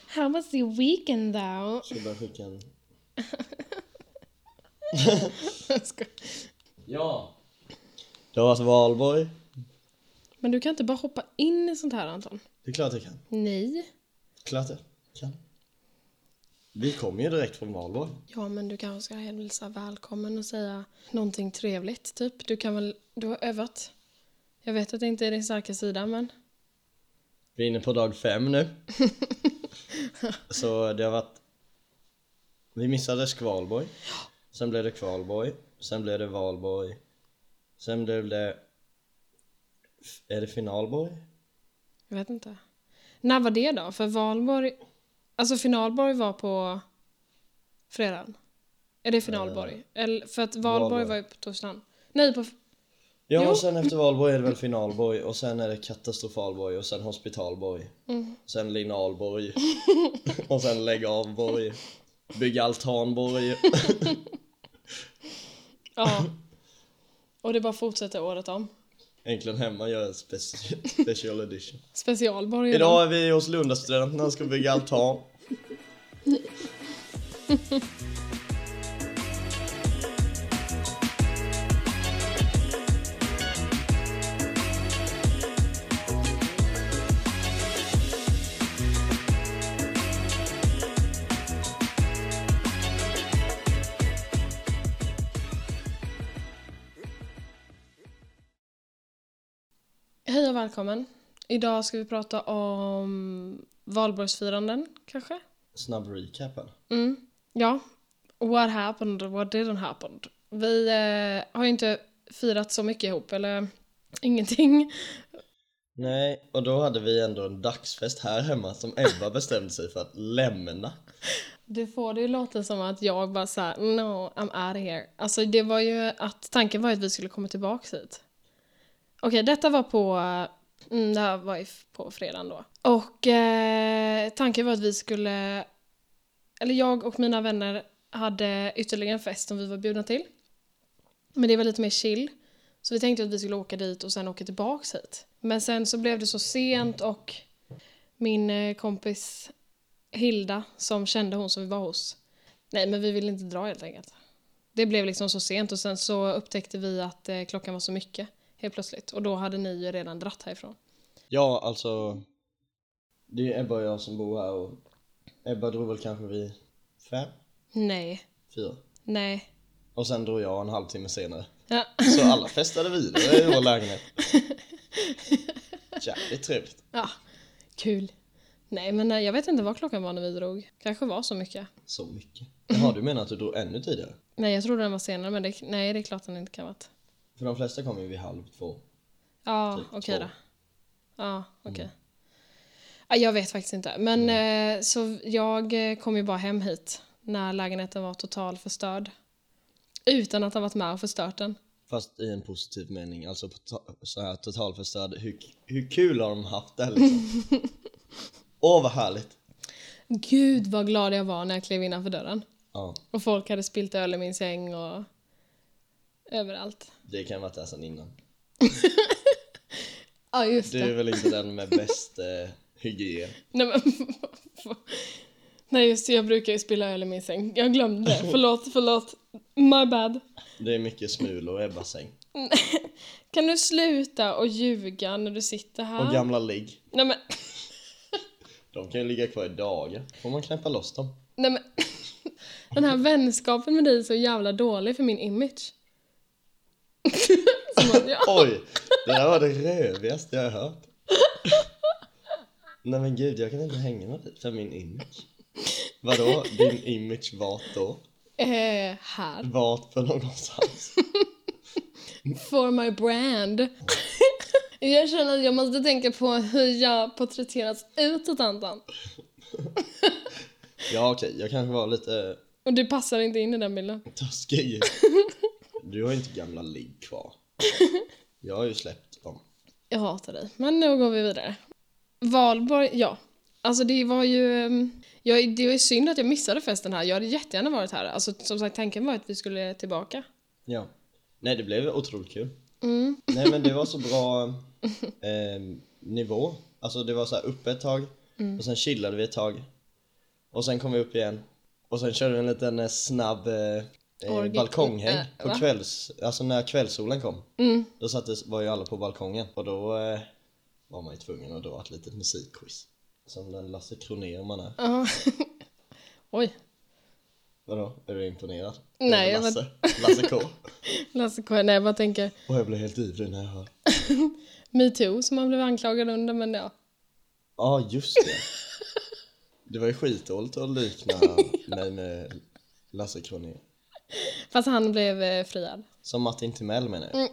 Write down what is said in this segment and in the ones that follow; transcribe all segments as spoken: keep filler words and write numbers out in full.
How was your weekend though? Ska jag bara skicka en... Ska... Ja. Det har varit valborg. Men du kan inte bara hoppa in i sånt här, Anton. Det är klart jag kan. Nej. Klart jag kan. Vi kommer ju direkt från valborg. Ja, men du kanske ska hälsa välkommen och säga någonting trevligt, typ. Du kan väl... Du har övat. Jag vet att det inte är din starka sida, men... Vi är inne på dag fem nu. Så det har varit... Vi missade skvalborg. Sen blev det kvalborg. Sen blev det valborg. Sen blev det... Är det finalborg? Jag vet inte. När var det då? För valborg... Alltså finalborg var på fredagen. Är det finalborg? Uh, Eller, för att valborg, valborg var ju på torsdagen. Nej, på... Ja, jo. Och sen efter valborg är det väl finalborg. Och sen är det katastrofalborg. Och sen hospitalborg. Mm. Sen linalborg. Och sen lägg avborg. Bygga altanborg. Ja. Och det bara fortsätter året om. Äntligen hemma gör en speci- special edition. Specialborg. Idag är vi hos Lundastudenterna och ska bygga altan. Hej och välkommen. Idag ska vi prata om valborgsfiranden, kanske? Snabb recap här. Mm, ja. What happened, what didn't happen. Vi eh, har ju inte firat så mycket ihop, eller ingenting. Nej, och då hade vi ändå en dagsfest här hemma som Ebba bestämde sig för att lämna. Du får det ju låta som att jag bara såhär, no, I'm out of here. Alltså det var ju att tanken var att vi skulle komma tillbaka hit. Okej, okay, detta var på... Mm, det här var på fredagen då. Och eh, tanken var att vi skulle... Eller jag och mina vänner hade ytterligare en fest som vi var bjudna till. Men det var lite mer chill. Så vi tänkte att vi skulle åka dit och sen åka tillbaka hit. Men sen så blev det så sent och min eh, kompis Hilda som kände hon som vi var hos. Nej, men vi ville inte dra helt enkelt. Det blev liksom så sent och sen så upptäckte vi att eh, klockan var så mycket. Helt plötsligt. Och då hade ni ju redan dratt härifrån. Ja, alltså... Det är Ebba och jag som bor här och... Ebba drog väl kanske vid fem? Nej. Fyra? Nej. Och sen drog jag en halvtimme senare. Ja. Så alla festade vidare i vår lägenhet. Jävligt trevligt. Ja, kul. Nej, men jag vet inte vad klockan var när vi drog. Kanske var så mycket. Så mycket? Jaha, du menar att du drog ännu tidigare? Nej, jag trodde den var senare, men det, nej, det är klart den inte kan vara. För de flesta kommer ju vid halv två. Ja, typ okej okay då. Ja, okej. Okay. Mm. Ja, jag vet faktiskt inte. Men mm. eh, så jag kom ju bara hem hit när lägenheten var total förstörd. Utan att ha varit med och förstört den. Fast i en positiv mening. Alltså så här total förstörd. Hur, hur kul har de haft det liksom? Åh, vad härligt. Gud vad glad jag var när jag klev innanför dörren. Ja. Och folk hade spilt öl i min säng och... överallt. Det kan vara där sedan innan. Ja, just det. Du är väl inte den med bäst eh, hygien. Nej, men... Nej, just det. Jag brukar ju spilla öl i min säng. Jag glömde det. Förlåt, förlåt. My bad. Det är mycket smulor i Ebbas säng. Kan du sluta och ljuga när du sitter här? Och gamla ligg. Nej, men... De kan ju ligga kvar i dagar. Får man knäppa loss dem? Nej, men... Den här vänskapen med dig är så jävla dålig för min image. jag... Oj, det där var det rövigaste jag har hört. Nej men gud, jag kan inte hänga med det för min image. Vadå? Din image vart då? Eh, här. Vart för någonstans? For my brand. Jag känner att jag måste tänka på hur jag porträtteras utåt, Anton. Ja okej, okay. Jag kanske var lite... Och du passar inte in i den bilden. Taskig. Du har inte gamla ligg kvar. Jag har ju släppt dem. Jag hatar dig. Men nu går vi vidare. Valborg, ja. Alltså det var ju... Jag, det var ju synd att jag missade festen här. Jag hade jättegärna varit här. Alltså som sagt, tanken var att vi skulle tillbaka. Ja. Nej, det blev otroligt kul. Mm. Nej, men det var så bra eh, nivå. Alltså det var så här uppe ett tag. Mm. Och sen chillade vi ett tag. Och sen kom vi upp igen. Och sen körde vi en liten eh, snabb eh, eh, balkonghäng på Va? kvälls... Alltså när kvällssolen kom. Mm. Då satt, var ju alla på balkongen. Och då eh, var man ju tvungen att dra ett litet musikquiz. Som den Lasse Kronér man är. Ja. Oj. Vadå? Är du imponerad? Nej, Över jag Lasse. Lasse K. Lasse K. Nej, jag bara tänker Och jag blev helt ivrig när jag hör. Me Too som han blev anklagad under, men ja. Ja, just det. Det var ju skitdåligt att likna mig med Lasse Kronér. Fast han blev eh, friad. Som Martin Timell menar jag. Mm.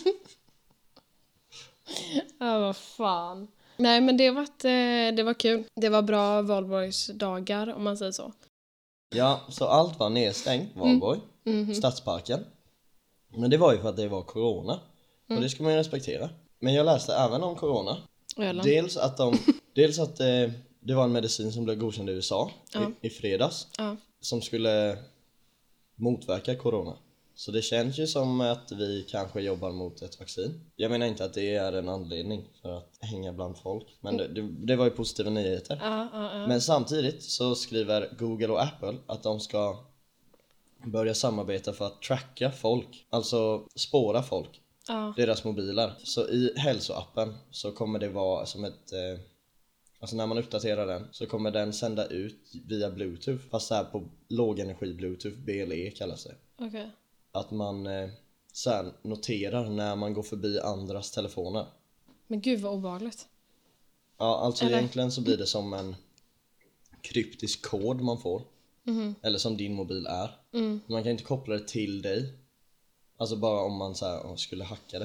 Ja, vad fan. Nej, men det var, eh, det var kul. Det var bra Valborgs dagar, om man säger så. Ja, så allt var nedstängt, Valborg. Mm. Mm-hmm. Stadsparken. Men det var ju för att det var corona. Mm. Och det ska man ju respektera. Men jag läste även om corona. Öland. Dels att de Dels att eh, det var en medicin som blev godkänd i U S A Ja. i, i fredags. Ja. Som skulle motverka corona. Så det känns ju som att vi kanske jobbar mot ett vaccin. Jag menar inte att det är en anledning för att hänga bland folk. Men det, det, det var ju positiva nyheter. Ja, ja, ja. Men samtidigt så skriver Google och Apple att de ska börja samarbeta för att tracka folk. Alltså spåra folk. Ja. Deras mobiler. Så i hälsoappen så kommer det vara som ett... Eh, alltså när man uppdaterar den så kommer den sända ut via Bluetooth. Fast så här på lågenergi Bluetooth, B L E kallas det. Okej. Att man eh, så här noterar när man går förbi andras telefoner. Men gud vad obehagligt. Ja, alltså Eller? egentligen så blir det som en kryptisk kod man får. Mhm. Eller som din mobil är. Mm. Man kan inte koppla det till dig. Alltså bara om man så här, skulle hacka det.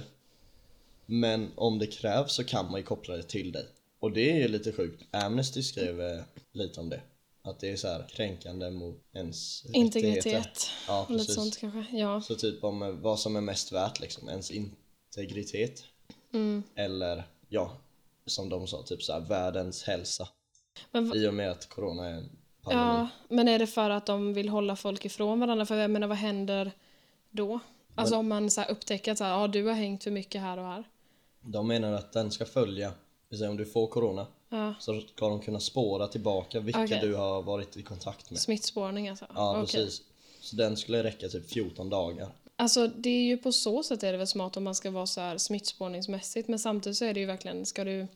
Men om det krävs så kan man ju koppla det till dig. Och det är ju lite sjukt. Amnesty skrev eh, lite om det. Att det är så här kränkande mot ens Integritet. rättigheter. Ja, Och lite precis. sånt kanske. Ja. Så typ om eh, vad som är mest värt liksom. Ens integritet. Mm. Eller ja, som de sa, typ så här världens hälsa. Men, v- I och med att corona är en pandemi. ja, men är det för att de vill hålla folk ifrån varandra? För jag menar, vad händer då? Alltså Men- om man så här upptäcker att så här, ja, du har hängt för mycket här och här. De menar att den ska följa. Det vill säga om du får corona Ja. så ska de kunna spåra tillbaka vilka Okej. du har varit i kontakt med. Smittspårning alltså. Ja, Okej. precis. Så den skulle räcka typ fjorton dagar. Alltså det är ju på så sätt är det väl smart om man ska vara så här smittspårningsmässigt. Men samtidigt så är det ju verkligen, ska du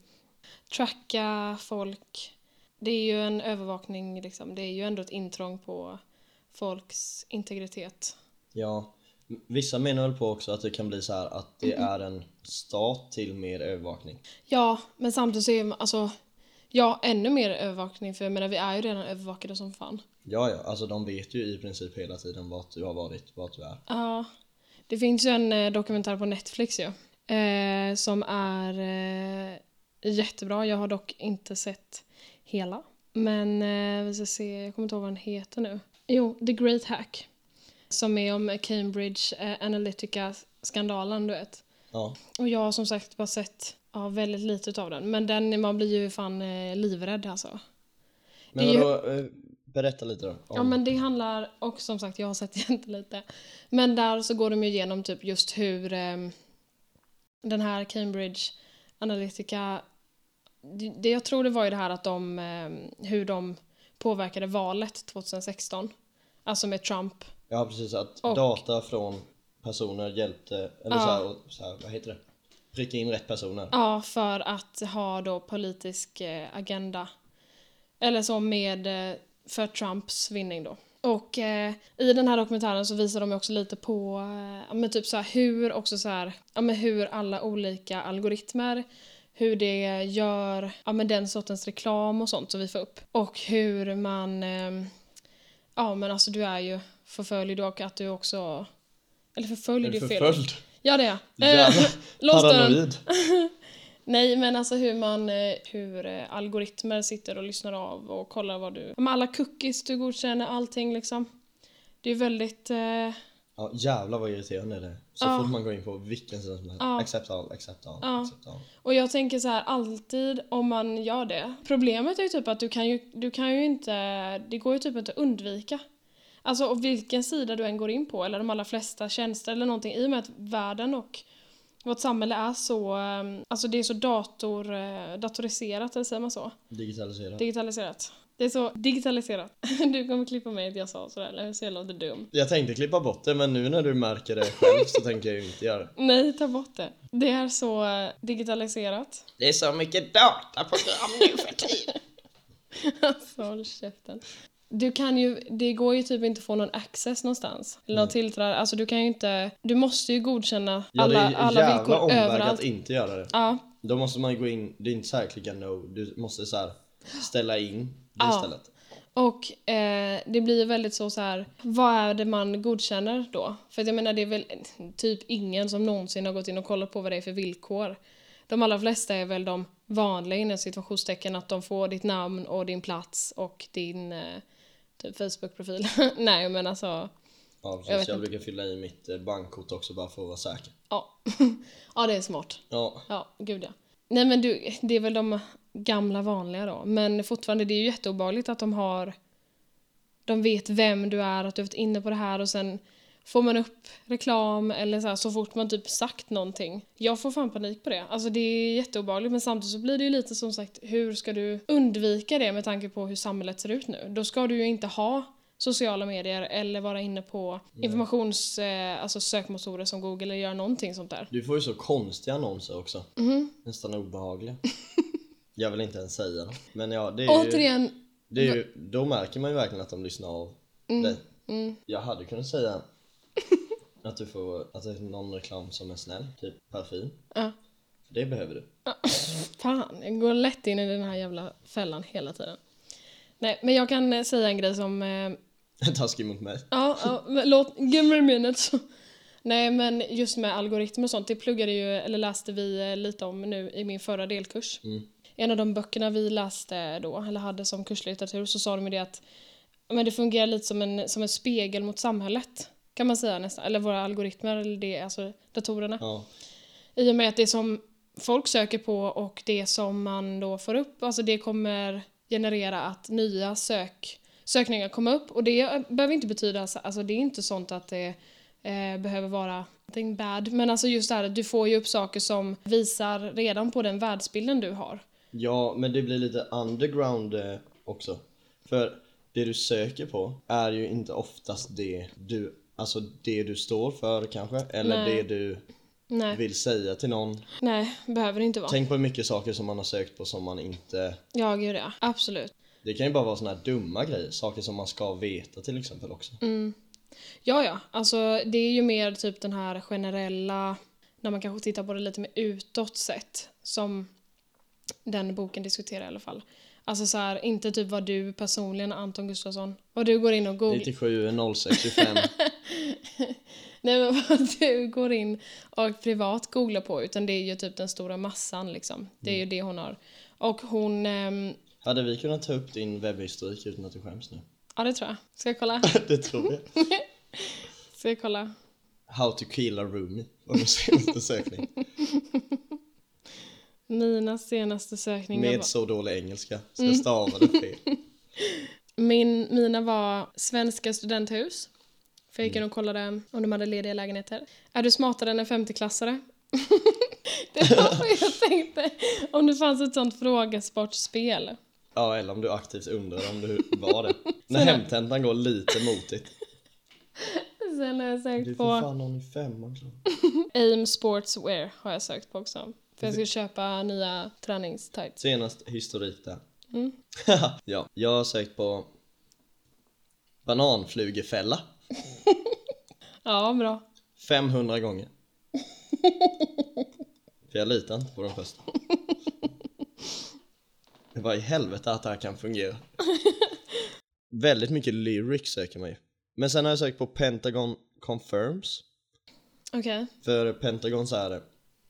tracka folk? Det är ju en övervakning liksom. Det är ju ändå ett intrång på folks integritet. Ja, vissa menar väl på också att det kan bli så här att det Mm. är en stat till mer övervakning. Ja, men samtidigt så är man, alltså, ja, ännu mer övervakning. För jag menar, vi är ju redan övervakade som fan. Ja, ja, alltså de vet ju i princip hela tiden vart du har varit, vart du är. Ja, det finns ju en eh, dokumentär på Netflix ju. Eh, som är eh, jättebra. Jag har dock inte sett hela. Men eh, vi ska se, jag kommer inte ihåg vad den heter nu. Jo, The Great Hack. Som är om Cambridge eh, Analytica-skandalen, du vet. Ja, Och jag har som sagt bara sett ja, väldigt lite av den. Men den, man blir ju fan eh, livrädd alltså. men Det är ju- vadå, eh, berätta lite då. Om, Ja, men det handlar, och som sagt jag har sett jättelite. Men där så går de ju igenom typ just hur eh, den här Cambridge Analytica, det, det jag tror det var ju det här att de, eh, hur de påverkade valet tjugohundrasexton. Alltså med Trump. Ja, precis. Att Och- data från personer hjälpte, eller Ja. så, här, och, så här, vad heter det? Pricka in rätt personer. Ja, för att ha då politisk eh, agenda. Eller så med, eh, för Trumps vinning då. Och eh, i den här dokumentären så visar de ju också lite på eh, ja, men typ så här, hur också så här, ja, men hur alla olika algoritmer, hur det gör ja, men den sortens reklam och sånt som vi får upp. Och hur man, eh, ja men alltså du är ju förföljd och att du också, eller förföljd Är är du ju fel. förföljd? Ja det är jag. Jävla Eh, lås dörren. paranoid. Nej, men alltså hur man, eh, hur eh, algoritmer sitter och lyssnar av och kollar vad du, med alla cookies du godkänner, allting liksom. Det är väldigt, eh, Ja, jävlar vad irriterande det är. Så Ja. fort man går in på vilken sida som helst. Ja. Accept all, accept all, Ja. accept all. och jag tänker så här alltid om man gör det. Problemet är ju typ att du kan ju, du kan ju inte, det går ju typ inte att undvika. Alltså och vilken sida du än går in på, eller de allra flesta tjänster eller någonting, i och med att världen och vårt samhälle är så, um, alltså det är så dator, uh, datoriserat, eller säger man så? Digitaliserat. Digitaliserat. Det är så digitaliserat. Du kommer klippa mig att jag sa sådär, eller så jag låter dum. Jag tänkte klippa bort det, men nu när du märker det själv så tänker jag ju inte göra det. Nej, ta bort det. Det är så uh, digitaliserat. Det är så mycket dataprogram nu för tiden. Alltså, håll käften. Du kan ju, det går ju typ inte att få någon access någonstans. Eller någon tillträde. Alltså du kan ju inte, du måste ju godkänna Ja, alla, det är alla jävla villkor omväg överallt. att inte göra det. Ja. Då måste man ju gå in, det är inte så här klicka no, du måste så här ställa in det Ja. istället. Och eh, det blir väldigt så så här, vad är det man godkänner då? För att jag menar, det är väl typ ingen som någonsin har gått in och kollat på vad det är för villkor. De allra flesta är väl de vanliga inom situationstecken, att de får ditt namn och din plats och din eh, typ Facebook-profil. Nej, men alltså... Ja, precis. Jag Jag, vet inte. brukar fylla i mitt eh, bankkort också bara för att vara säker. Ja, ja det är smart. Ja, Ja, gud ja. Nej, men du, det är väl de gamla vanliga då. Men fortfarande, det är ju jätteobehagligt att de har... De vet vem du är, att du har varit inne på det här och sen får man upp reklam eller så här, så fort man typ sagt någonting. Jag får fan panik på det. Alltså det är jätteobehagligt, men samtidigt så blir det ju lite som sagt, hur ska du undvika det med tanke på hur samhället ser ut nu? Då ska du ju inte ha sociala medier eller vara inne på informations, eh, alltså sökmotorer som Google eller göra någonting sånt där. du får ju så konstiga annonser också. Mhm. Nästan obehagliga. Jag vill inte ens säga det. Men ja, det är ju, Återigen, det är ju, då märker man ju verkligen att de lyssnar av dig. mm, Jag hade kunnat säga att du får, att det är någon reklam som är snäll, typ parfym. ja. Det behöver du. Fan, jag går lätt in i den här jävla fällan hela tiden. Nej, men jag kan eh, säga en grej som... Eh, Taskig mot mig. ja, ja, men låt... Give me a minute. Nej, men just med algoritmer och sånt, det pluggade ju, eller läste vi eh, lite om nu i min förra delkurs. Mm. En av de böckerna vi läste då, eller hade som kurslitteratur, så sa de ju det att men det fungerar lite som en, som en spegel mot samhället, kan man säga nästan. Eller våra algoritmer, eller det, alltså datorerna. Ja. I och med att det som folk söker på och det som man då får upp, alltså det kommer generera att nya sök, sökningar kommer upp. Och det behöver inte betyda, alltså det är inte sånt att det eh, behöver vara någonting bad. Men alltså just det här, du får ju upp saker som visar redan på den världsbilden du har. Ja, men det blir lite underground eh, också. För det du söker på är ju inte oftast det du, alltså det du står för kanske. Eller Nej. det du Nej, vill säga till någon. nej, behöver det inte vara. Tänk på hur mycket saker som man har sökt på som man inte... Ja, gud ja. Absolut. Det kan ju bara vara såna här dumma grejer. Saker som man ska veta till exempel också. Mm. Ja, ja. Alltså det är ju mer typ den här generella, när man kanske tittar på det lite mer utåt sett, som den boken diskuterar i alla fall. Alltså så här, inte typ vad du personligen, Anton Gustafsson, vad du går in och googlar. nittiosju noll sex tjugofem. Nej, men vad du går in och privat googlar på, utan det är ju typ den stora massan liksom. Det är ju det hon har. Och hon... Ehm, Hade vi kunnat ta upp din webbhistorik utan att du skäms nu? ja, det tror jag. Ska jag kolla? Det tror jag. Ska jag kolla? How to kill a roomie var min senaste sökning. Mina senaste sökningar Med var... så dålig engelska. Så jag stavade fel. Min, mina var svenska studenthus. För jag gick in och kollade om de hade lediga lägenheter. Är du smartare än en femtioklassare? Det var vad jag tänkte. Om det fanns ett sånt frågesportspel. Ja, eller om du aktivt undrar om du var det. När hemtentan går lite motigt. Sen har jag Du sökt får på fan någon i femman. Aim Sportswear har jag sökt på också. För jag ska köpa nya träningstights. Senast historik där. Mm. Ja, jag har sökt på bananflugefälla Ja, bra. femhundra gånger. För jag litar inte på de första. Det var i helvete att det här kan fungera. Väldigt mycket lyrics söker man ju. Men sen har jag sökt på Pentagon Confirms. Okej. Okay. För Pentagon så är det.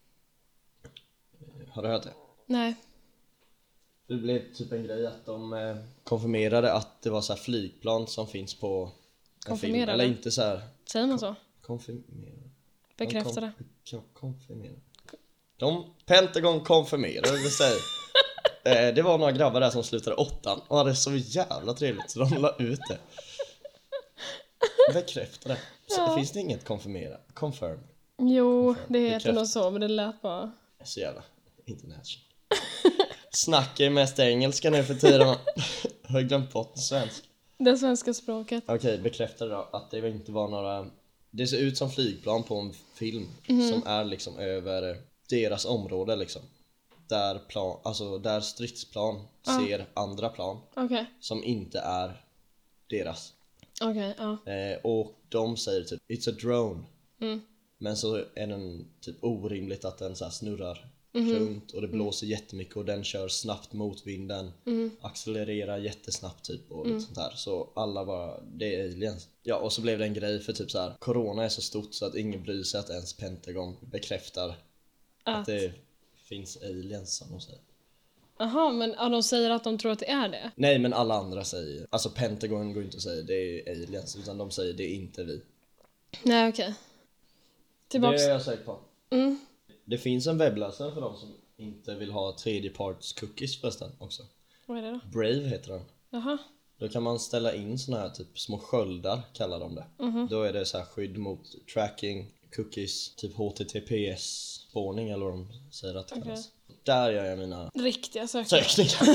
Har du hört det? Nej. Det blev typ en grej att de eh, konfirmerade att det var så här flygplan som finns på en film. Eller inte så här. Säger man så? Konfirmerade. Bekräfta det. Kon- konfirmerade. De Pentagon konfirmerade, det vill säga. eh, det var några grabbar där som slutade åttan och hade så jävla trevligt så de la ut det. Bekräfta det. Så Ja. finns det inget konfirmera. Confirm. Jo, det heter Bekräftat. nog så, men det lät bara... Så jävla international. Snackar ju mest engelska nu för tiden. Har jag glömt bort svensk. Det svenska språket. Okej, okay, bekräftar då att det inte var några... Det ser ut som flygplan på en film Mhm. som är liksom över deras område liksom. Där, plan, alltså där stridsplan Ah. ser andra plan Okej, som inte är deras. okej, ja. Eh, och de säger typ it's a drone. Mm. Men så är den typ orimligt att den så här snurrar Mhm. runt och det blåser jättemycket och den kör snabbt mot vinden, Mm. accelererar jättesnabbt typ och lite sånt där. Så alla bara, det är aliens. Ja, och så blev det en grej för typ så här, corona är så stort så att ingen bryr sig att ens Pentagon bekräftar att, Att... det finns aliens som de säger. Jaha, men ja, de säger att de tror att det är det. Nej, men alla andra säger, alltså Pentagon går inte att säga det är aliens, utan de säger det är inte vi. Nej, okej. Tillbaks. Det är jag säker på. Mm. Det finns en webbläsare för de som inte vill ha tredjeparts cookies förresten också. Vad är det då? Brave heter den. Jaha. Då kan man ställa in såna här typ små sköldar kallar de det. Mhm. Då är det så här skydd mot tracking, cookies, typ H T T P S-spårning eller vad de säger att det kallas. Där gör jag mina Riktiga sökningar. sökningar.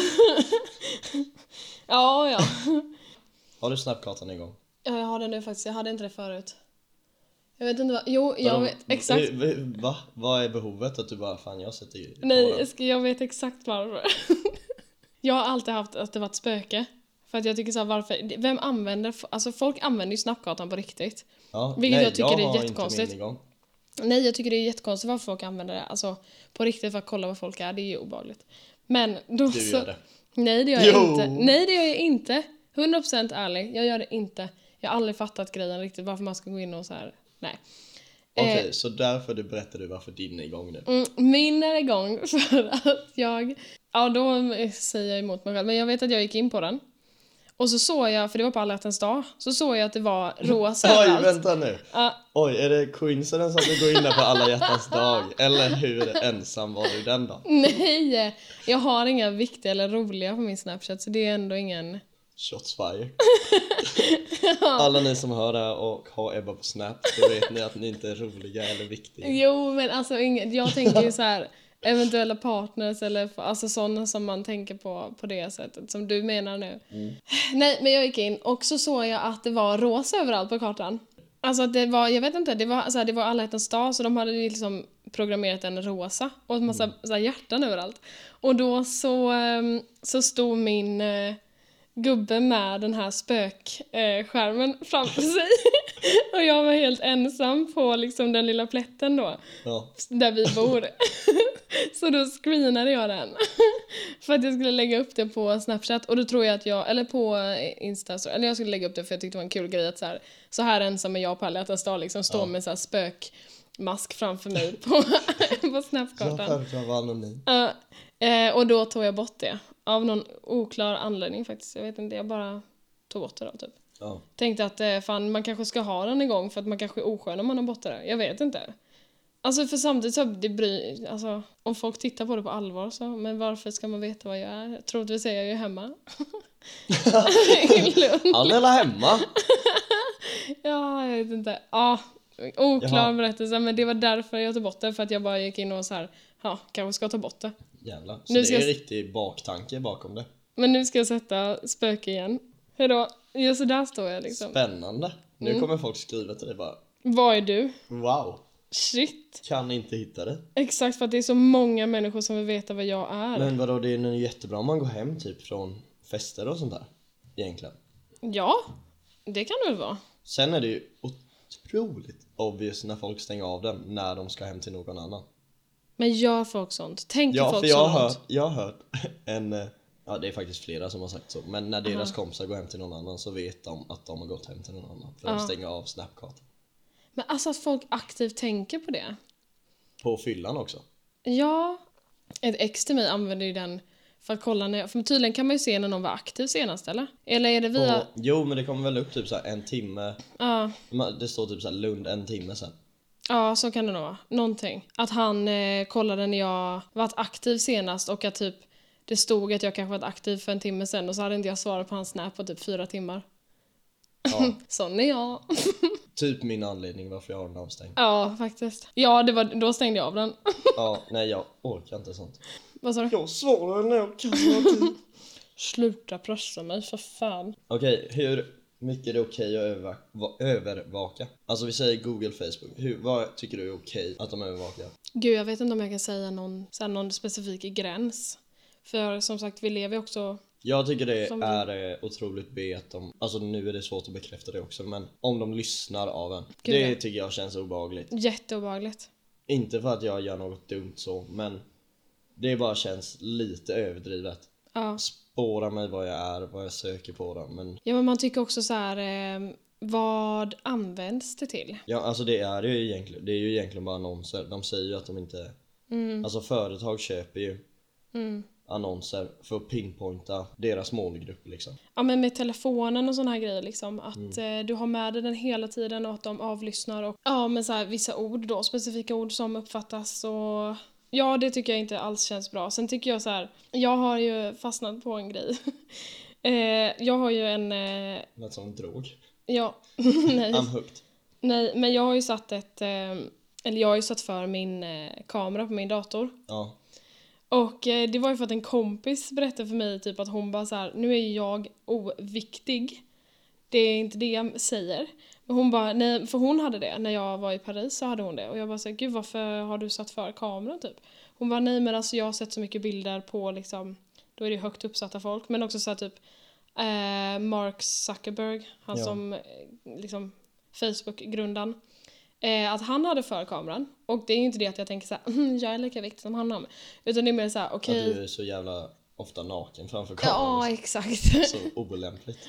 Ja, ja. Har du Snapkartan igång? Ja, jag har det nu faktiskt. Jag hade inte det förut. Jag vet inte vad... Jo, jag Vadå? vet exakt... Eh, Va? Vad är behovet att du bara, fan jag sätter i Nej, på jag, den? ska, jag vet exakt varför. Jag har alltid haft att det var ett spöke. För att jag tycker så här, varför... Vem använder... Alltså folk använder ju Snapkartan på riktigt. Ja, Vilket nej, jag tycker är har jättekonstigt. Inte min igång. Nej, jag tycker det är jättekonstigt varför folk använder det. Alltså på riktigt för att kolla vad folk är. Det är ju obehagligt. Men då Du så... gör det. Nej, det gör jag Jo. inte. Nej, det gör jag inte. hundra procent ärlig. Jag gör det inte. Jag har aldrig fattat grejen riktigt. Varför man ska gå in och så här... Nej. Okej, Eh, så därför du berättade varför din är igång nu. Mm, min är igång för att jag... Ja, då säger jag emot mig själv. Men jag vet att jag gick in på den. Och så såg jag, för det var på alla hjärtans dag, så såg jag att det var rosa Oj, överallt. vänta nu. Ja, Oj, är det coincidence att du går in där på alla hjärtans dag? Eller hur ensam var du den då? nej, jag har inga viktiga eller roliga på min Snapchat, så det är ändå ingen... Shots fire. Alla ni som hör det här och har Ebba på Snap, då vet ni att ni inte är roliga eller viktiga. Jo, men alltså ingen, jag tänker ju så här eventuella partners eller alltså sådana som man tänker på på det sättet som du menar nu. Mm. Nej, men jag gick in och så såg jag att det var rosa överallt på kartan. Alltså att det var, jag vet inte, det var, så här, det var alla hjärtans dag, så de hade liksom programmerat en rosa och en massa Mm. så här, hjärtan överallt. Och då så, ehm, så stod min eh, gubbe med den här spökskärmen framför sig. Och jag var helt ensam på liksom den lilla plätten då, Ja. där vi bor. Så då screenade jag den. För att jag skulle lägga upp det på Snapchat. Och då tror jag att jag, eller på Insta, eller jag skulle lägga upp det för jag tyckte det var en kul grej att så här, så här ensam är jag på alla hjärtans dag liksom, står Ja. med så här spökmask framför mig på, på Jag Snapkartan. självklart var anonym. Ja, eh, och då tog jag bort det. Av någon oklar anledning faktiskt. Jag vet inte, jag bara tog bort det då typ. Ja. Tänkte att eh, fan, man kanske ska ha den igång för att man kanske är oskön om man har bort det. Jag vet inte. Alltså för samtidigt så det bryr, alltså om folk tittar på det på allvar så, men varför ska man veta vad jag är? Troligtvis är jag ju hemma. I Lund. Han är alla hemma. Ja, jag vet inte. Ja, oklar Jaha. berättelse, men det var därför jag tog bort det, för att jag bara gick in och så här, ja, kanske ska ta bort det. Jävlar. Så Nu det ska är jag- en riktig baktanke bakom det. Men nu ska jag sätta spöke igen. Hejdå. Ja, så där står jag liksom. Spännande. Nu Mm. kommer folk skriva till dig bara, Vad är du? wow, Shit. kan inte hitta det. Exakt, för att det är så många människor som vill veta vad jag är. Men vadå, det är nog jättebra om man går hem typ från fester och sånt där. Egentligen. Ja, det kan det väl vara. Sen är det ju otroligt obvious när folk stänger av den när de ska hem till någon annan. Men gör folk sånt? Tänker Ja, folk för jag så har, långt? hört, jag har hört en, eh, ja det är faktiskt flera som har sagt så, men när deras Aha. kompisar går hem till någon annan så vet de att de har gått hem till någon annan. För Ja. de stänger av Snapkartan. Men alltså att folk aktivt tänker på det. På fyllan också. Ja, ett ex till mig använder ju den för att kolla när, för tydligen kan man ju se när någon var aktiv senast, eller? Eller är det via... Och, jo men det kommer väl upp typ så här en timme. Ja, Ma- Det står typ så här Lund en timme sen. ja, så kan det nog vara. Någonting. Att han eh, kollade när jag varit aktiv senast och att typ det stod att jag kanske varit aktiv för en timme sen och så hade inte jag svarat på hans snap på typ fyra timmar. Ja. Sån är jag. typ min anledning varför jag har den avstängd. Ja, faktiskt. Ja, det var, då stängde jag av den. Ja, nej jag orkar inte sånt. Vad sa du? Jag svarar när jag kan ha tid. Sluta pressa mig, för fan. Okej, hur mycket är det okej att överva- va- övervaka? Alltså vi säger Google, Facebook. Hur, vad tycker du är okej att de övervakar? Gud, jag vet inte om jag kan säga någon, så här, någon specifik gräns. För som sagt, vi lever också... Jag tycker det Som är eh, otroligt B att de, alltså nu är det svårt att bekräfta det också, men om de lyssnar av en. Gud, det ja. tycker jag känns obehagligt. Jätteobehagligt. Inte för att jag gör något dumt så, men det bara känns lite överdrivet. Ja. Spåra mig vad jag är, vad jag söker på dem, men Ja, men man tycker också så här, eh, vad används det till? ja, alltså det är ju egentligen, det är ju egentligen bara annonser. De säger ju att de inte, Mm. alltså företag köper ju Mm. annonser för att pinpointa deras målgrupp liksom. Ja, men med telefonen och såna här grejer liksom, att Mm. eh, du har med dig den hela tiden och att de avlyssnar och ja, men så här, vissa ord då, specifika ord som uppfattas och ja, det tycker jag inte alls känns bra. Sen tycker jag så här, jag har ju fastnat på en grej. eh, jag har ju en eh, Något som en drog. ja, nej. I'm hooked. Nej, men jag har ju satt ett eh, eller jag har ju satt för min eh, kamera på min dator. Ja. Och eh, det var ju för att en kompis berättade för mig typ att hon bara så här, nu är ju jag oviktig. Det är inte det jag säger. Men hon bara, nej, för hon hade det. När jag var i Paris så hade hon det. Och jag bara så här, gud varför har du satt för kameran typ? Hon bara, nej men alltså jag har sett så mycket bilder på liksom, då är det högt uppsatta folk. Men också så här typ eh, Mark Zuckerberg, han Ja. som eh, liksom Facebook-grundaren. Eh, att han hade för kameran. Och det är ju inte det att jag tänker så här, "Mm, jag är lika viktig som han har. Utan det är mer så här, okej. Att du är så jävla ofta naken framför kameran. Ja, exakt. Så olämpligt.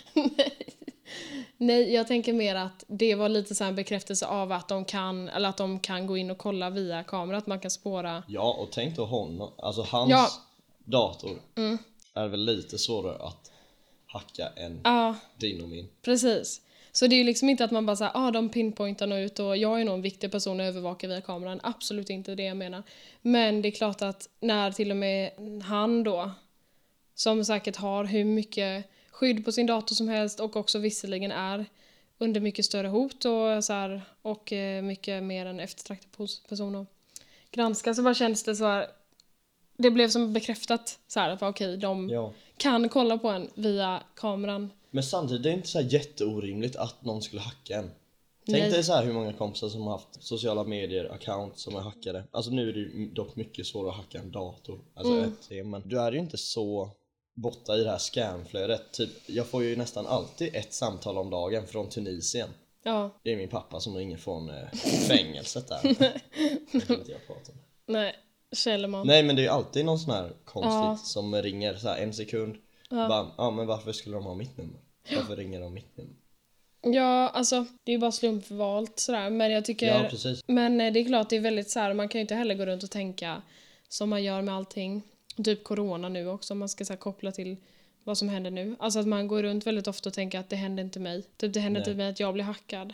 Nej, jag tänker mer att det var lite så här en bekräftelse av att de kan, eller att de kan gå in och kolla via kamera, att man kan spåra. Ja, och tänk då honom, alltså hans Ja. dator Mm. är väl lite svårare att hacka än Ja, din och min. precis. Så det är ju liksom inte att man bara säger, ah, de pinpointar nog ut och jag är nog en viktig person att övervaka via kameran. Absolut inte det jag menar. Men det är klart att när till och med han då, som säkert har hur mycket skydd på sin dator som helst och också visserligen är under mycket större hot och, så här, och eh, mycket mer en eftertraktad pos- person att granska, så bara känns det så här, det blev som bekräftat så här, att okej, de Ja. kan kolla på en via kameran. Men samtidigt, det är inte så här jätteorimligt att någon skulle hacka en. Tänk Nej. dig så här hur många kompisar som har haft sociala medier-account som är hackade. Alltså nu är det ju dock mycket svårare att hacka en dator. Alltså Mm. ett, men du är ju inte så borta i det här scamflödet. Typ, jag får ju nästan alltid ett samtal om dagen från Tunisien. Ja, Det är min pappa som ringer från eh, fängelset där. Det vill inte jag prata om. nej, Kjellman. Nej, men det är ju alltid någon sån här konstigt Ja. som ringer så här en sekund. Ja. Bara, ja men varför skulle de ha mitt nummer? Varför ringer de mitt nummer? Ja, alltså det är ju bara slumpvalt sådär, men jag tycker Ja, precis. men eh, det är klart det är väldigt så här, man kan ju inte heller gå runt och tänka som man gör med allting, typ corona nu också, om man ska så här, koppla till vad som händer nu. Alltså att man går runt väldigt ofta och tänker att det händer inte mig. Typ det händer Nej. inte mig att jag blir hackad.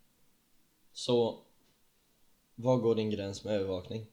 Så, var går din gräns med övervakning?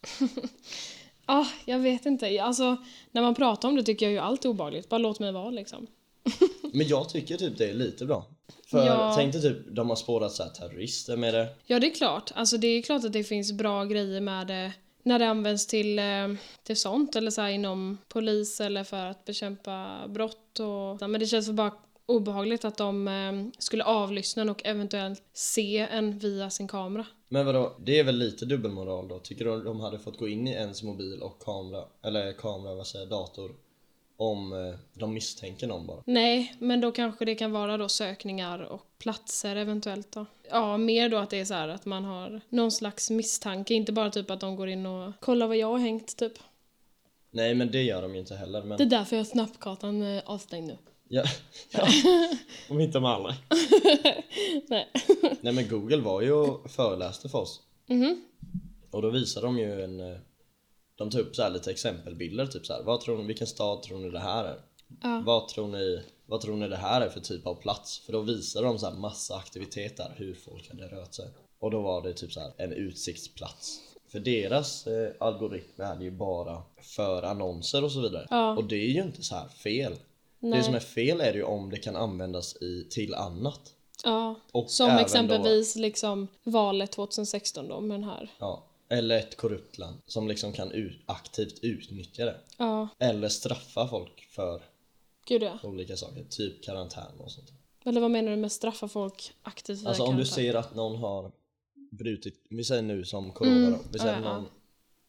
Ah, jag vet inte. Alltså, när man pratar om det tycker jag ju allt är obehagligt. Bara låt mig vara liksom. Men jag tycker typ det är lite bra. För Ja. tänk dig typ, de har spårat så här terrorister med det. Ja, det är klart. Alltså det är klart att det finns bra grejer med det när det används till, eh, till sånt. Eller så här inom polis eller för att bekämpa brott. Och, men det känns för bara obehagligt att de eh, skulle avlyssna en och eventuellt se en via sin kamera. Men vadå, det är väl lite dubbelmoral då? Tycker du de hade fått gå in i ens mobil och kamera, eller kamera, vad säger jag, dator, om eh, de misstänker någon bara? Nej, men då kanske det kan vara då sökningar och platser eventuellt då. Ja, mer då att det är så här att man har någon slags misstanke. Inte bara typ att de går in och kollar vad jag har hängt typ. Nej, men det gör de ju inte heller. Men Det är därför jag har snabbkartan eh, avstängd nu. ja, ja. Om inte med alla. Nej. Nej, men Google var ju och föreläste för oss. Mhm. Och då visade de ju en, eh, de tog upp så här lite exempelbilder, typ så här, vad tror ni, vilken stad tror ni det här är? Ja. Vad tror ni, vad tror ni det här är för typ av plats? För då visade de så här massa aktiviteter, hur folk hade rört sig. Och då var det typ så här en utsiktsplats. För deras eh, algoritm är ju bara för annonser och så vidare. Ja. Och det är ju inte så här fel. Nej. Det som är fel är ju om det kan användas i, till annat. Ja, Och som även exempelvis liksom valet tjugohundrasexton då med den här. Ja, eller ett korrupt land som liksom kan ut, aktivt utnyttja det. Ja, Eller straffa folk för gud ja. olika saker, typ karantän och sånt. Eller vad menar du med straffa folk aktivt via Alltså om du karantän? ser att någon har brutit, vi säger nu som corona Mm, då, vi säger ja, ja. någon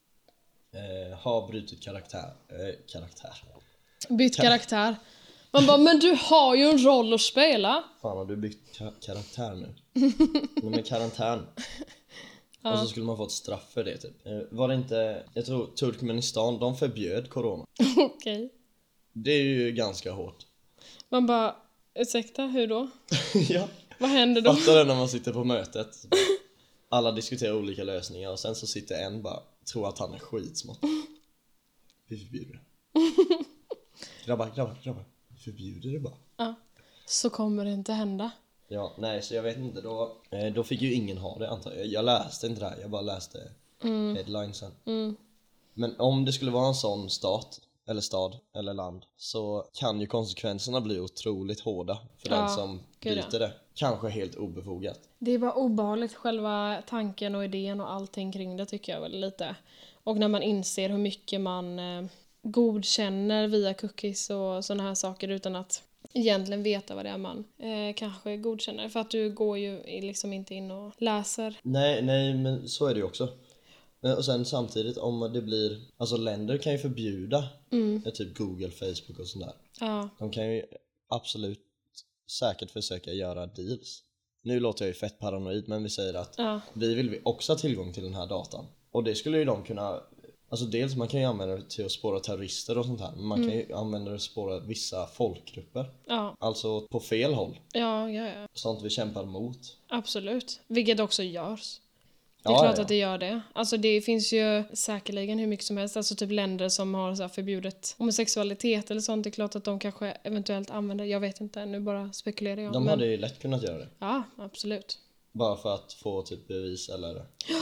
eh, har brutit karaktär, eh, karaktär. Bytt karaktär. Man bara, men du har ju en roll att spela. Fan har du bytt ka- karaktär nu? Nej men karantän. Och så skulle man få ett straff för det typ. Eh, Var det inte, jag tror Turkmenistan, de förbjöd corona. Okej. Det är ju ganska hårt. Man bara, ursäkta, hur då? Ja. Vad händer då? Fattar du när man sitter på mötet? Alla diskuterar olika lösningar och sen så sitter en bara, tror att han är skitsmart. Vi förbjuder det. Grabbar, grabbar, grabbar. Vi förbjuder det bara. Ja. Så kommer det inte hända. Ja, nej så jag vet inte, då, eh, då fick ju ingen ha det antar jag. Jag läste inte det här, jag bara läste Mm. headlinesen. Mm. Men om det skulle vara en sån stat, eller stad, eller land, så kan ju konsekvenserna bli otroligt hårda för Ja, den som gud ja. byter det. Kanske helt obefogat. Det är bara obehagligt, själva tanken och idén och allting kring det tycker jag väl lite. Och när man inser hur mycket man eh, godkänner via cookies och såna här saker utan att egentligen veta vad det är man eh, kanske godkänner. För att du går ju liksom inte in och läser. Nej, nej men så är det ju också. Men, och sen samtidigt om det blir, alltså länder kan ju förbjuda Mm. eh, typ Google, Facebook och sånt där. Ja, De kan ju absolut säkert försöka göra deals. Nu låter jag ju fett paranoid men vi säger att ja, vi vill också ha tillgång till den här datan. Och det skulle ju de kunna, alltså dels man kan ju använda det till att spåra terrorister och sånt här. Men man kan ju använda det att spåra vissa folkgrupper. ja, Alltså på fel håll. ja, ja, ja. Sånt vi kämpar mot. Absolut. Vilket också görs. Det är Ja, klart ja. att det gör det. Alltså det finns ju säkerligen hur mycket som helst. Alltså typ länder som har så här förbjudet homosexualitet eller sånt. Det är klart att de kanske eventuellt använder, jag vet inte, nu bara spekulerar jag. De men... hade ju lätt kunnat göra det. Ja, absolut. Bara för att få typ bevis eller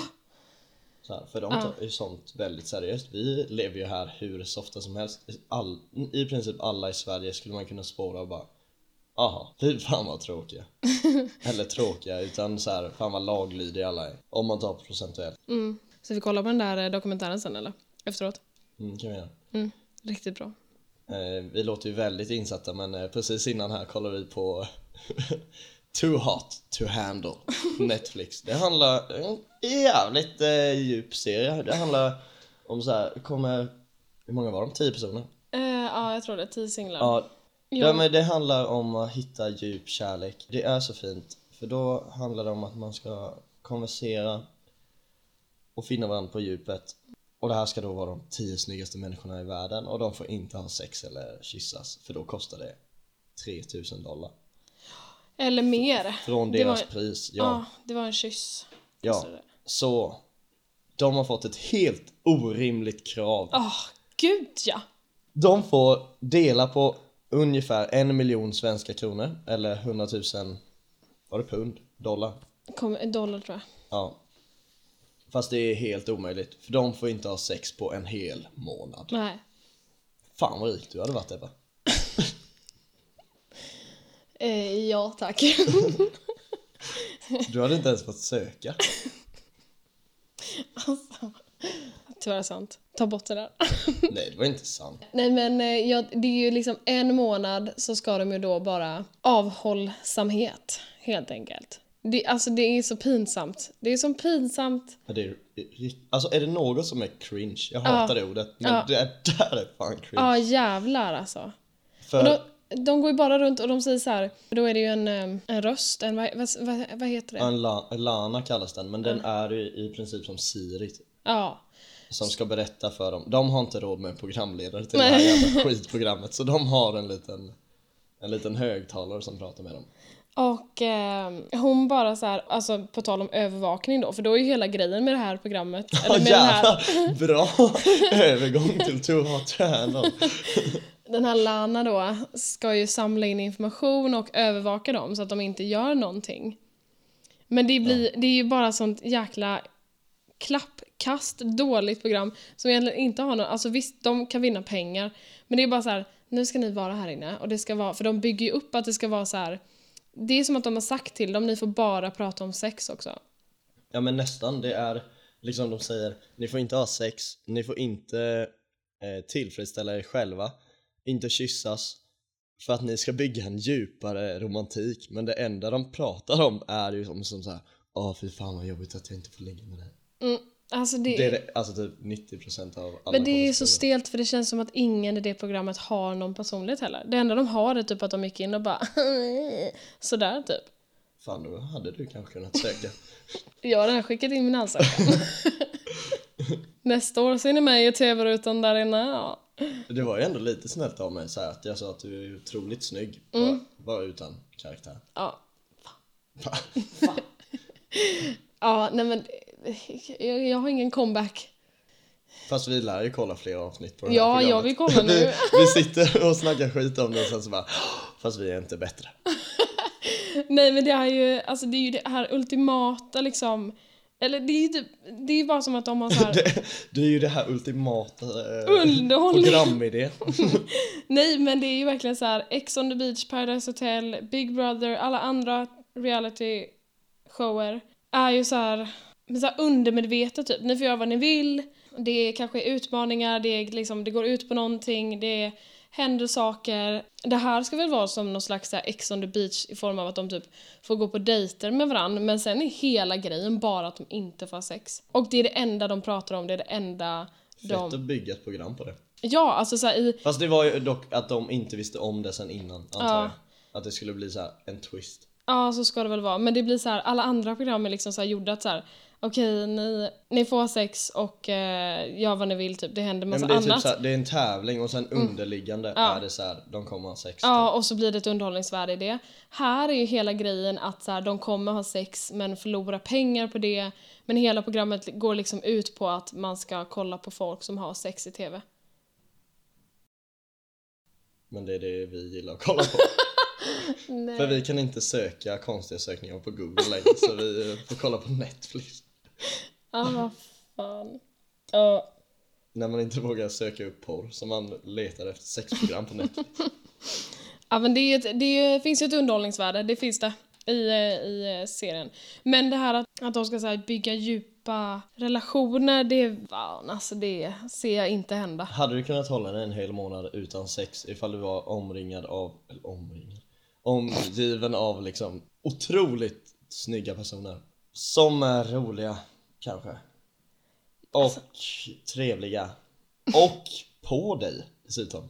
så här, för de Ja. tar ju sånt väldigt seriöst. Vi lever ju här hur softa som helst. All, I princip alla i Sverige skulle man kunna spåra och bara aha, fy fan vad tråkiga. Eller tråkiga, utan så här, fan vad laglydiga alla är. Om man tar procentuellt. Mm. Så vi kollar på den där eh, dokumentären sen eller? Efteråt. Mm, kan vi göra. Mm. Riktigt bra. Eh, vi låter ju väldigt insatta men eh, precis innan här kollar vi på Too Hot to Handle, Netflix. Det handlar en jävligt eh, djup serie. Det handlar om så här, kommer, hur många var de? tio personer? Eh, ja, jag tror det. Tio singlar. Ja, Ja. ja, men det handlar om att hitta djup kärlek. Det är så fint. För då handlar det om att man ska konversera och finna varandra på djupet. Och det här ska då vara de tio snyggaste människorna i världen. Och de får inte ha sex eller kyssas. För då kostar det tre tusen dollar. Eller mer. Från Det deras var- pris. Ja, Ja, det var en kyss. ja. Så det- Så de har fått ett helt orimligt krav. Åh, gud ja. De får dela på ungefär en miljon svenska kronor. Eller hundratusen, var det pund? Dollar? Kom, en dollar tror jag. Ja. Fast det är helt omöjligt. För de får inte ha sex på en hel månad. Nej. Fan vad rik du hade varit, Ebba. Eh, ja, tack. Du hade inte ens fått söka. Alltså, tyvärr sant. Ta bort det där. Nej, det var inte sant. Nej men eh, ja, det är ju liksom en månad så ska de ju då bara avhållsamhet helt enkelt. Det, alltså det är så pinsamt. Det är så pinsamt. Ja, det är, alltså är det något som är cringe? Jag hatar det ordet. Men Ja. det där är fan cringe. Ja jävlar alltså. För, Och de, de går ju bara runt och de säger så här. Då är det ju en, eh, en röst, en, vad, vad, vad, vad heter det? en la, Lana kallas den. Men den är ju i princip som Siri typ, Ja. som ska berätta för dem. De har inte råd med en programledare till det här Nej. jävla skitprogrammet. Så de har en liten, en liten högtalare som pratar med dem. Och eh, hon bara så här, alltså på tal om övervakning då, för då är ju hela grejen med det här programmet, Ja eller med den här, jävlar, bra övergång till Too Hot to Handle. den här Lana då, ska ju samla in information och övervaka dem så att de inte gör någonting. Men det blir, det är ju bara sånt jäkla klappkast, dåligt program som egentligen inte har någon, alltså visst de kan vinna pengar, men det är bara så här, nu ska ni vara här inne och det ska vara, för de bygger ju upp att det ska vara så här Det är som att de har sagt till dem, ni får bara prata om sex också. Ja men nästan, det är liksom de säger, ni får inte ha sex, ni får inte eh, tillfredsställa er själva, inte kyssas, för att ni ska bygga en djupare romantik. Men det enda de pratar om är ju som, som så här, åh fy fan vad jobbigt att jag inte får ligga med dig. Mm, alltså det, det är det, alltså typ nittio procent av alla. Men det är ju så stelt, för det känns som att ingen i det programmet har någon personlighet heller. Det enda de har är typ att de gick in och bara sådär typ. Fan, då hade du kanske kunnat söka. Jag har redan skickat in min ansökan. Nästa år så är ni med i tv-rutan där inne, ja. Det var ju ändå lite snällt av mig så här, att jag sa att du är otroligt snygg, Mm. bara, bara utan karaktär. Ja. Va? Fan. Ja, nej men jag, jag har ingen comeback. Fast vi lär ju kolla fler avsnitt på det här Ja, programmet. jag vill kolla nu. vi, vi sitter och snackar skit om det och sen så bara, fast vi är inte bättre. Nej, men det är ju, alltså det är ju det här ultimata liksom. Eller det är ju typ, det är ju bara som att de har så här det, det är ju det här ultimata eh, underhållning. programidé. Nej, men det är ju verkligen så här Ex on the Beach, Paradise Hotel, Big Brother, alla andra reality shower är ju så här, så här undermedvetet typ. Ni får göra vad ni vill. Det är kanske utmaningar, det är liksom, det går ut på någonting, det händer saker. Det här ska väl vara som någon slags så här Ex on the Beach i form av att de typ får gå på dejter med varandra, men sen är hela grejen bara att de inte får ha sex. Och det är det enda de pratar om, det är det enda Fett de... att bygga ett program på det. Ja, alltså så här i... Fast det var ju dock att de inte visste om det sen innan, antar Ja. jag. Att det skulle bli så här en twist. Ja, så ska det väl vara. Men det blir så här, alla andra program är liksom så här gjorda att så här, okej, ni, ni får sex och eh, gör vad ni vill typ. Det händer Nej, massa men det är typ annat. så här, det är en tävling och sen underliggande Ja. är det så här, de kommer ha sex. Ja, och så blir det ett underhållningsvärde i det. Här är ju hela grejen att så här, de kommer ha sex men förlora pengar på det. Men hela programmet går liksom ut på att man ska kolla på folk som har sex i tv. Men det är det vi gillar att kolla på. Nej. För vi kan inte söka konstiga sökningar på Google längre, så vi får kolla på Netflix. Ja, vad fan. Ja. När man inte vågar söka upp porr, så man letar efter sexprogram på Netflix. Ja, men det, är ett, det är, finns ju ett underhållningsvärde, det finns det i, i serien. Men det här att, att de ska så här, bygga djupa relationer, det, fan, alltså, det ser jag inte hända. Hade du kunnat hålla dig en hel månad utan sex ifall du var omringad av, eller omringad, omgiven av liksom otroligt snygga personer som är roliga kanske och Alltså. trevliga och på dig dessutom?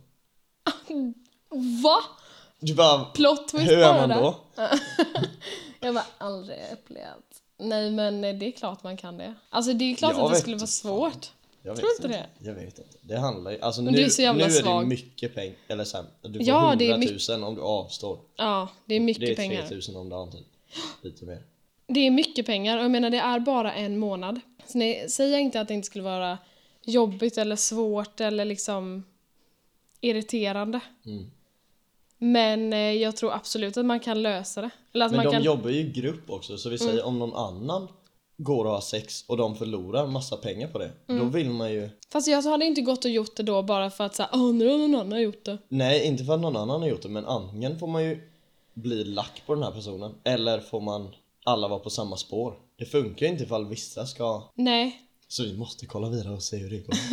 Va? Du bara, Plot twist hur är bara man där. då? Jag var aldrig upplevt. Nej, men det är klart man kan det. Alltså det är klart Jag att det vet skulle inte vara fan. svårt. Jag Tror vet inte det? Jag vet inte. Det handlar ju, alltså Men nu, du är så jävla nu är det svag. mycket pengar, eller sen, du får Ja, det är hundratusen om du avstår. Ja, det är mycket Det är pengar. tre tusen om dagen typ. Lite mer. Det är mycket pengar och jag menar det är bara en månad. Så nej, säger jag inte att det inte skulle vara jobbigt eller svårt eller liksom irriterande. Mm. Men eh, jag tror absolut att man kan lösa det. Eller att Men man de kan... jobbar ju i grupp också, så vi säger om någon annan går och har sex och de förlorar massa pengar på det, Mm. då vill man ju... Fast jag hade inte gått och gjort det då bara för att säga, åh nu har någon annan gjort det. Nej, inte för att någon annan har gjort det, men antingen får man ju bli lack på den här personen, eller får man alla vara på samma spår. Det funkar inte ifall vissa ska... Nej. Så vi måste kolla vidare och se hur det går.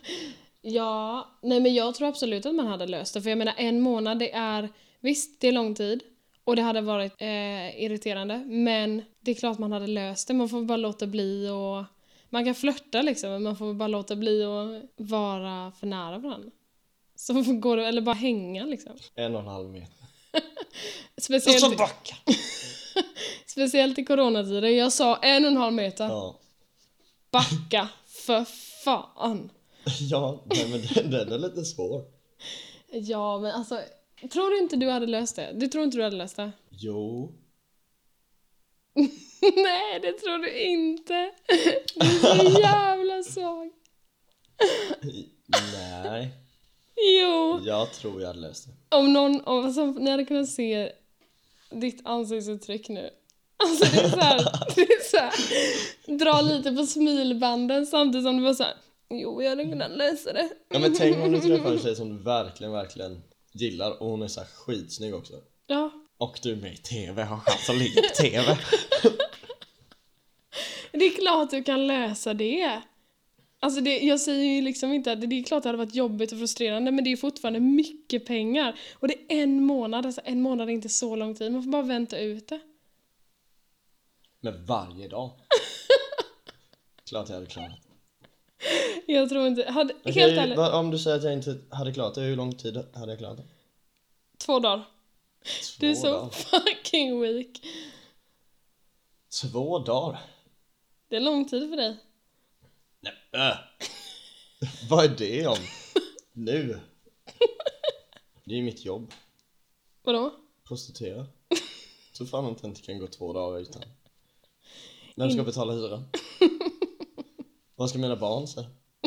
Ja, nej men jag tror absolut att man hade löst det. För jag menar en månad, det är, visst det är lång tid. Och det hade varit eh, irriterande. Men det är klart man hade löst det. Man får bara låta bli och... Man kan flirta liksom, men man får bara låta bli och vara för nära varandra. Så man får gå, eller bara hänga liksom. En och en halv meter. Speciellt, Och så backa! speciellt i coronatider. Jag sa en och en halv meter. Ja, Backa, för fan. ja nej, men den, den är lite svår. Ja, men alltså... Tror du inte du hade löst det? Du tror inte du hade löst det? Jo. Nej, det tror du inte. Du är så jävla svag. Nej, Jo. jag tror jag hade löst det. Om någon... Om, alltså, ni hade kunnat se ditt ansiktsuttryck nu. Alltså det är så här... Det är så här dra lite på smilbanden samtidigt som du var så här... Jo, jag hade kunnat lösa det. Ja, men tänk om du träffar en tjej som du verkligen, verkligen gillar och hon är så här skitsnygg också. Ja. Och du är med i tv, har chans att ligga på tv. Det är klart du kan lösa det. Alltså det, jag säger ju liksom inte att det, det är klart att det hade varit jobbigt och frustrerande, men det är fortfarande mycket pengar. Och det är en månad, alltså en månad är inte så lång tid, man får bara vänta ut det. Men varje dag. Klart jag hade klarat. Jag tror inte, hade, Okej, helt ärligt, vad- om du säger att jag inte hade klarat det, hur lång tid hade jag klarat det? två dagar. Två Du är så dagar. fucking weak. Två dagar? Det är lång tid för dig. Nej, äh. Vad är det om? Nu? Det är ju mitt jobb. Vadå? Prostituera. Så fan inte inte kan gå två dagar utan. Vem ska betala hyran? Vad ska mina barn säga?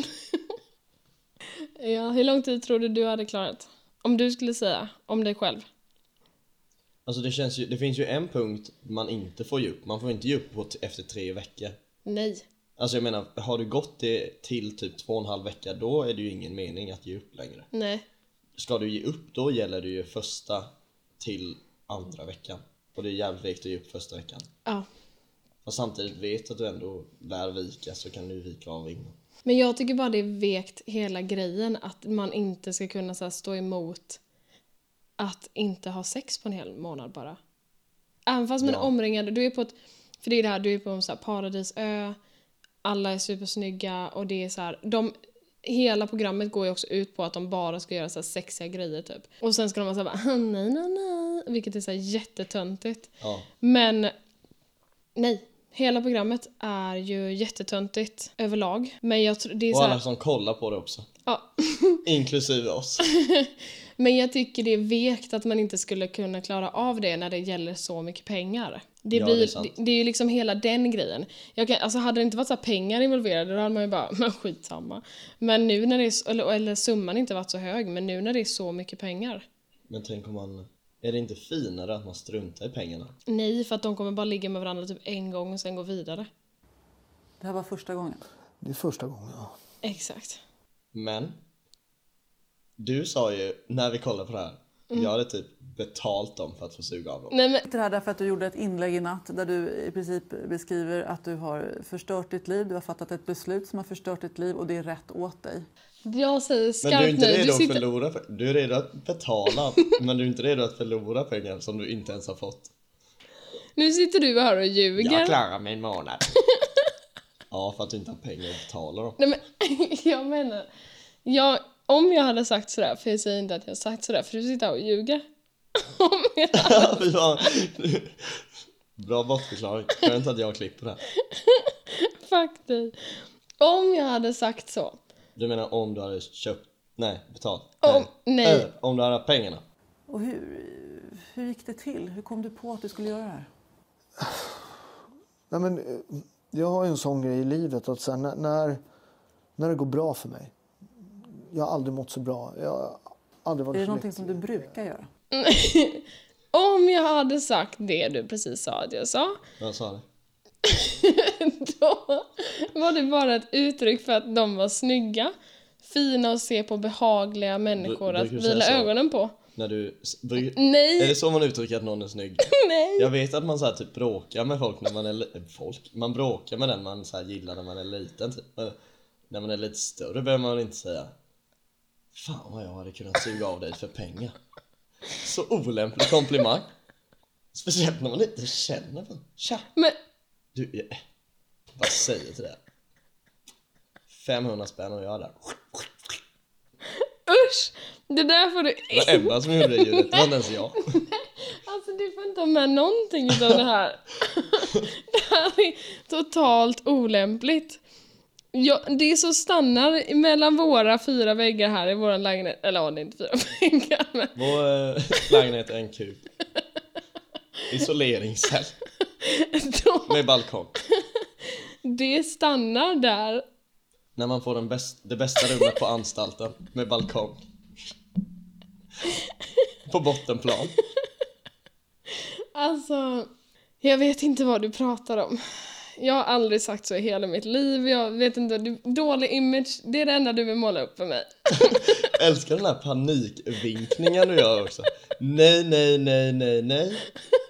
Ja, hur lång tid tror du du hade klarat? Om du skulle säga om dig själv. Alltså det känns ju, det finns ju en punkt man inte får ge upp. Man får inte ge upp på t- efter tre veckor. Nej. Alltså jag menar, har du gått det till typ två och en halv vecka, då är det ju ingen mening att ge upp längre. Nej. Ska du ge upp, då gäller det ju första till andra veckan. Och det är jävligt viktigt att ge upp första veckan. Ja. Och samtidigt vet att du ändå lär vika, så kan du vika av innan. Men jag tycker bara det är vekt hela grejen att man inte ska kunna så här, stå emot att inte ha sex på en hel månad bara. Även fast man är Ja. omringad, du är på ett, för det är det här, du är på en så här paradisö, alla är supersnygga och det är så här, de, hela programmet går ju också ut på att de bara ska göra så här sexiga grejer typ. Och sen ska de vara så här, bara, nej nej nej, vilket är så här jättetöntigt. Ja. Men nej, hela programmet är ju jättetöntigt överlag. Men jag tror det är Och så alla här, som kollar på det också. ja. Inklusive oss. Men jag tycker det är vekt att man inte skulle kunna klara av det när det gäller så mycket pengar. Det, Ja, blir, det är det, sant. det är ju liksom hela den grejen. Jag kan, alltså hade det inte varit så här pengar involverade, då hade man ju bara, men skitsamma. Men nu när det är, så- eller, eller summan inte varit så hög, men nu när det är så mycket pengar. Men tänk om man... Är det inte finare att man struntar i pengarna? Nej, för att de kommer bara ligga med varandra typ en gång och sen gå vidare. Det här var första gången. Det är första gången, ja. Exakt. Men du sa ju, när vi kollade på det här, jag hade typ betalt dem för att få suga av dem. Nej men, Det här därför att du gjorde ett inlägg i natt där du i princip beskriver att du har förstört ditt liv. Du har fattat ett beslut som har förstört ditt liv och det är rätt åt dig. jag säger Men skarpt du är inte nej. redo Du att sitter... förlora pe- Du är redo att betala, men du är inte redo att förlora pengar som du inte ens har fått. Nu sitter du här och ljuger. Jag klarar mig en månad. Ja, för att du inte har pengar att betala dem. Nej men, jag menar, jag, om jag hade sagt sådär, för jag säger inte att jag har sagt sådär, för du sitter här och ljuger. Om jag hade, Fy fan. Bra bortförklaring. Jag vet inte att jag klipper det här. fuck dig. Om jag hade sagt så. Du menar om du hade köpt... Nej, betalt. Om, nej. Äh, om du hade haft pengarna. Och hur, hur gick det till? Hur kom du på att du skulle göra det här? Nej, men, eh, jag har ju en sån grej i livet att sen, när- när, när det går bra för mig. Jag har aldrig mått så bra. Jag har aldrig varit Är det så någonting lycklig. som du brukar göra? Om jag hade sagt det du precis sa att jag sa, Jag sa det. då var det bara ett uttryck för att de var snygga, fina att se på, behagliga människor Du- att brukar du säga vila så? ögonen på. När du... Är Nej, det så man uttrycker att någon är snygg? nej. Jag vet att man så här typ bråkar med folk när man är li- folk. Man bråkar med den man så här gillar när man är liten typ. Men när man är lite större behöver man inte säga fan vad jag hade kunnat suga av dig för pengar. Så olämplig komplimang. Speciellt när man inte känner på. Tja! Men, Du, jag, vad säger till det? femhundra spänn och jag är där. usch! Det där får du Det var enda som gjorde det ljudet, det var inte ens jag. Alltså du får inte ha med någonting utav det här. Det här är totalt olämpligt. Ja, det så stannar mellan våra fyra väggar här i våran lägenhet. Eller ja, det är inte fyra väggar men Vår äh, lägenhet är en kub. Isoleringscell då, med balkong. det stannar där. När man får den bäst, det bästa rummet på anstalten med balkong. På bottenplan. Alltså, jag vet inte vad du pratar om. Jag har aldrig sagt så i hela mitt liv. Jag vet inte, du, dålig image, det är det enda du vill måla upp för mig. Älskar den här panikvinkningen du gör också. Nej, nej, nej, nej, nej.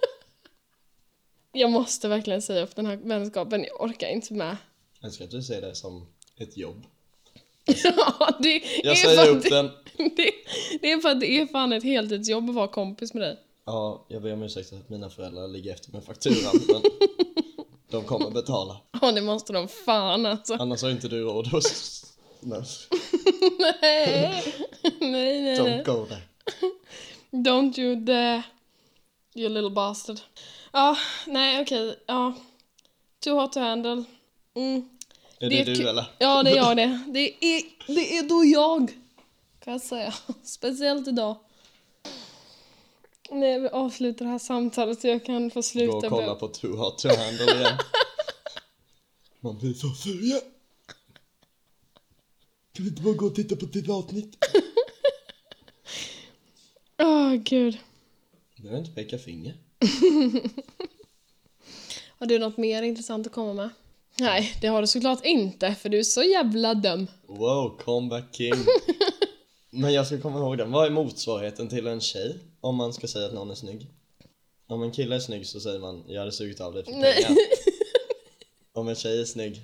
Jag måste verkligen säga upp den här vänskapen, jag orkar inte med. Jag älskar att du ser det som ett jobb. Ja, det Jag är säger för upp att det, den. det, det är för att det är fan ett heltidsjobb att vara kompis med dig. Ja, jag ber om ursäkt att mina föräldrar ligger efter med fakturan, men de kommer betala. Ja, det måste de fan alltså. Annars har inte du råd hos... Nej, Nej, nej, nej. don't nej. go there. Don't you dare, you little bastard. Ja, nej okej, ja. Too hot to handle. Mm. Är Det det, är du ku- eller? Ja, det är jag det. Det är, det är då jag, kan jag säga. Speciellt idag. Nej, vi avslutar det här samtalet så jag kan få sluta. Gå och kolla på Too Hot to Handle igen. Man blir så sugen. Kan vi inte bara gå och titta på ditt avsnitt? Åh, oh, gud. Du behöver inte peka finger. Har du något mer intressant att komma med? Nej, det har du såklart inte, för du är så jävla dum. Wow, comeback king. Men jag ska komma ihåg den. Vad är motsvarigheten till en tjej? Om man ska säga att någon är snygg. Om en kille är snygg så säger man jag hade sugit av dig för Nej. pengar. Om en tjej är snygg.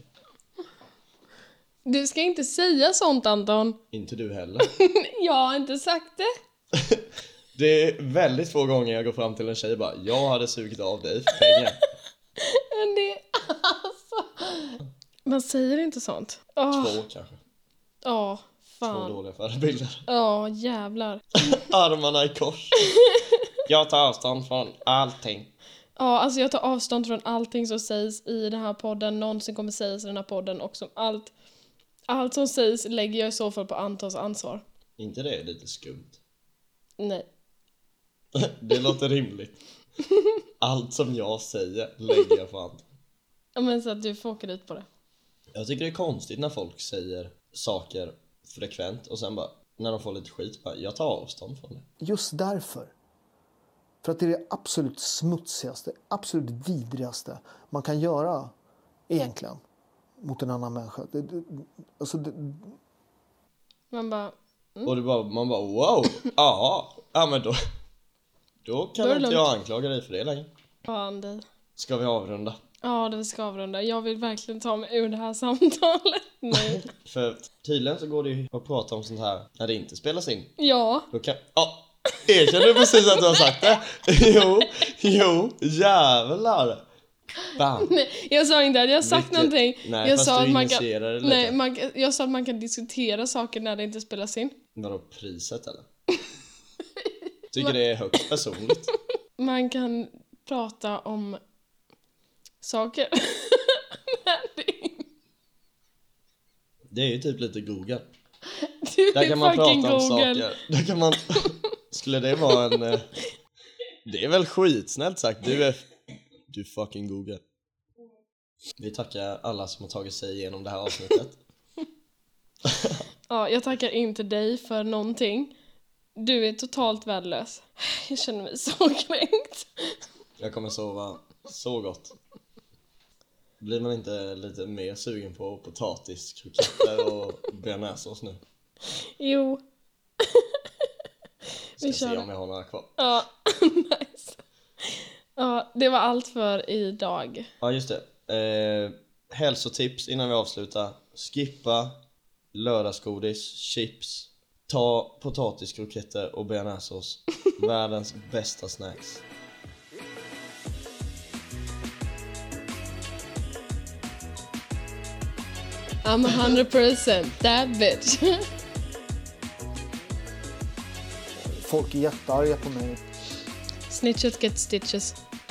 Du ska inte säga sånt, Anton. Inte du heller. Jag har inte sagt det. Det är väldigt få gånger jag går fram till en tjej och bara jag hade sugit av dig för pengar. Men det alltså... Man säger inte sånt. Åh, Två kanske. åh, Två fan. dåliga förebilder. Åh, jävlar. Armarna i kors. Jag tar avstånd från allting. Ja, alltså jag tar avstånd från allting som sägs i den här podden, någonsin kommer sägas i den här podden, och som allt, allt som sägs lägger jag i så fall på Antons ansvar. Inte det är lite skumt. Nej. Det låter rimligt. Allt som jag säger lägger jag på Anton. Ja, men så att du får åka dit på det. Jag tycker det är konstigt när folk säger saker frekvent och sen bara, när de får lite skit, bara, jag tar avstånd från det. Just därför. För att det är det absolut smutsigaste, absolut vidrigaste man kan göra egentligen mot en annan människa. Det, det, alltså det, Man bara, Och det bara, man bara, wow, ja, ja men då, då kan Då är det inte lugnt. jag anklaga dig för det längre. fan dig. Ska vi avrunda? Ja, det ska avrunda. Jag vill verkligen ta mig ur det här samtalet nu. För tydligen så går det ju att prata om sånt här när det inte spelas in. Ja, Då kan, ja, erkänner du precis att du har sagt det? Jo, jo, jävlar. Bam. nej, jag sa inte att jag har sagt Vilket- någonting. nej, jag fast sa du att man kan, initierar det lite. nej, man, jag sa att man kan diskutera saker när det inte spelas in. Vadå, priset eller? Tycker det är högst personligt. Man kan prata om saker. när det inte... Det är ju typ lite Google. Du Där är kan man fucking prata om Google. saker. Där kan man... Skulle det vara en... eh, Det är väl skitsnällt sagt. Du är... Du fucking Google. Vi tackar alla som har tagit sig igenom det här avsnittet. Ja, jag tackar inte dig för någonting. Du är totalt värdelös. Jag känner mig så kränkt. Jag kommer sova så gott. Blir man inte lite mer sugen på potatis, kroketter och bearnaisesås nu? Jo. Ska Vi se kör. om jag har några kvar. Ja, nice. Ja, det var allt för idag. Ja, just det. Eh, hälsotips innan vi avslutar. Skippa lördagsgodis, chips. Ta potatis, kroketter och bearnaisesås. Världens bästa snacks. I'm one hundred percent that bitch. folk är jättearga på mig. Snitches get stitches.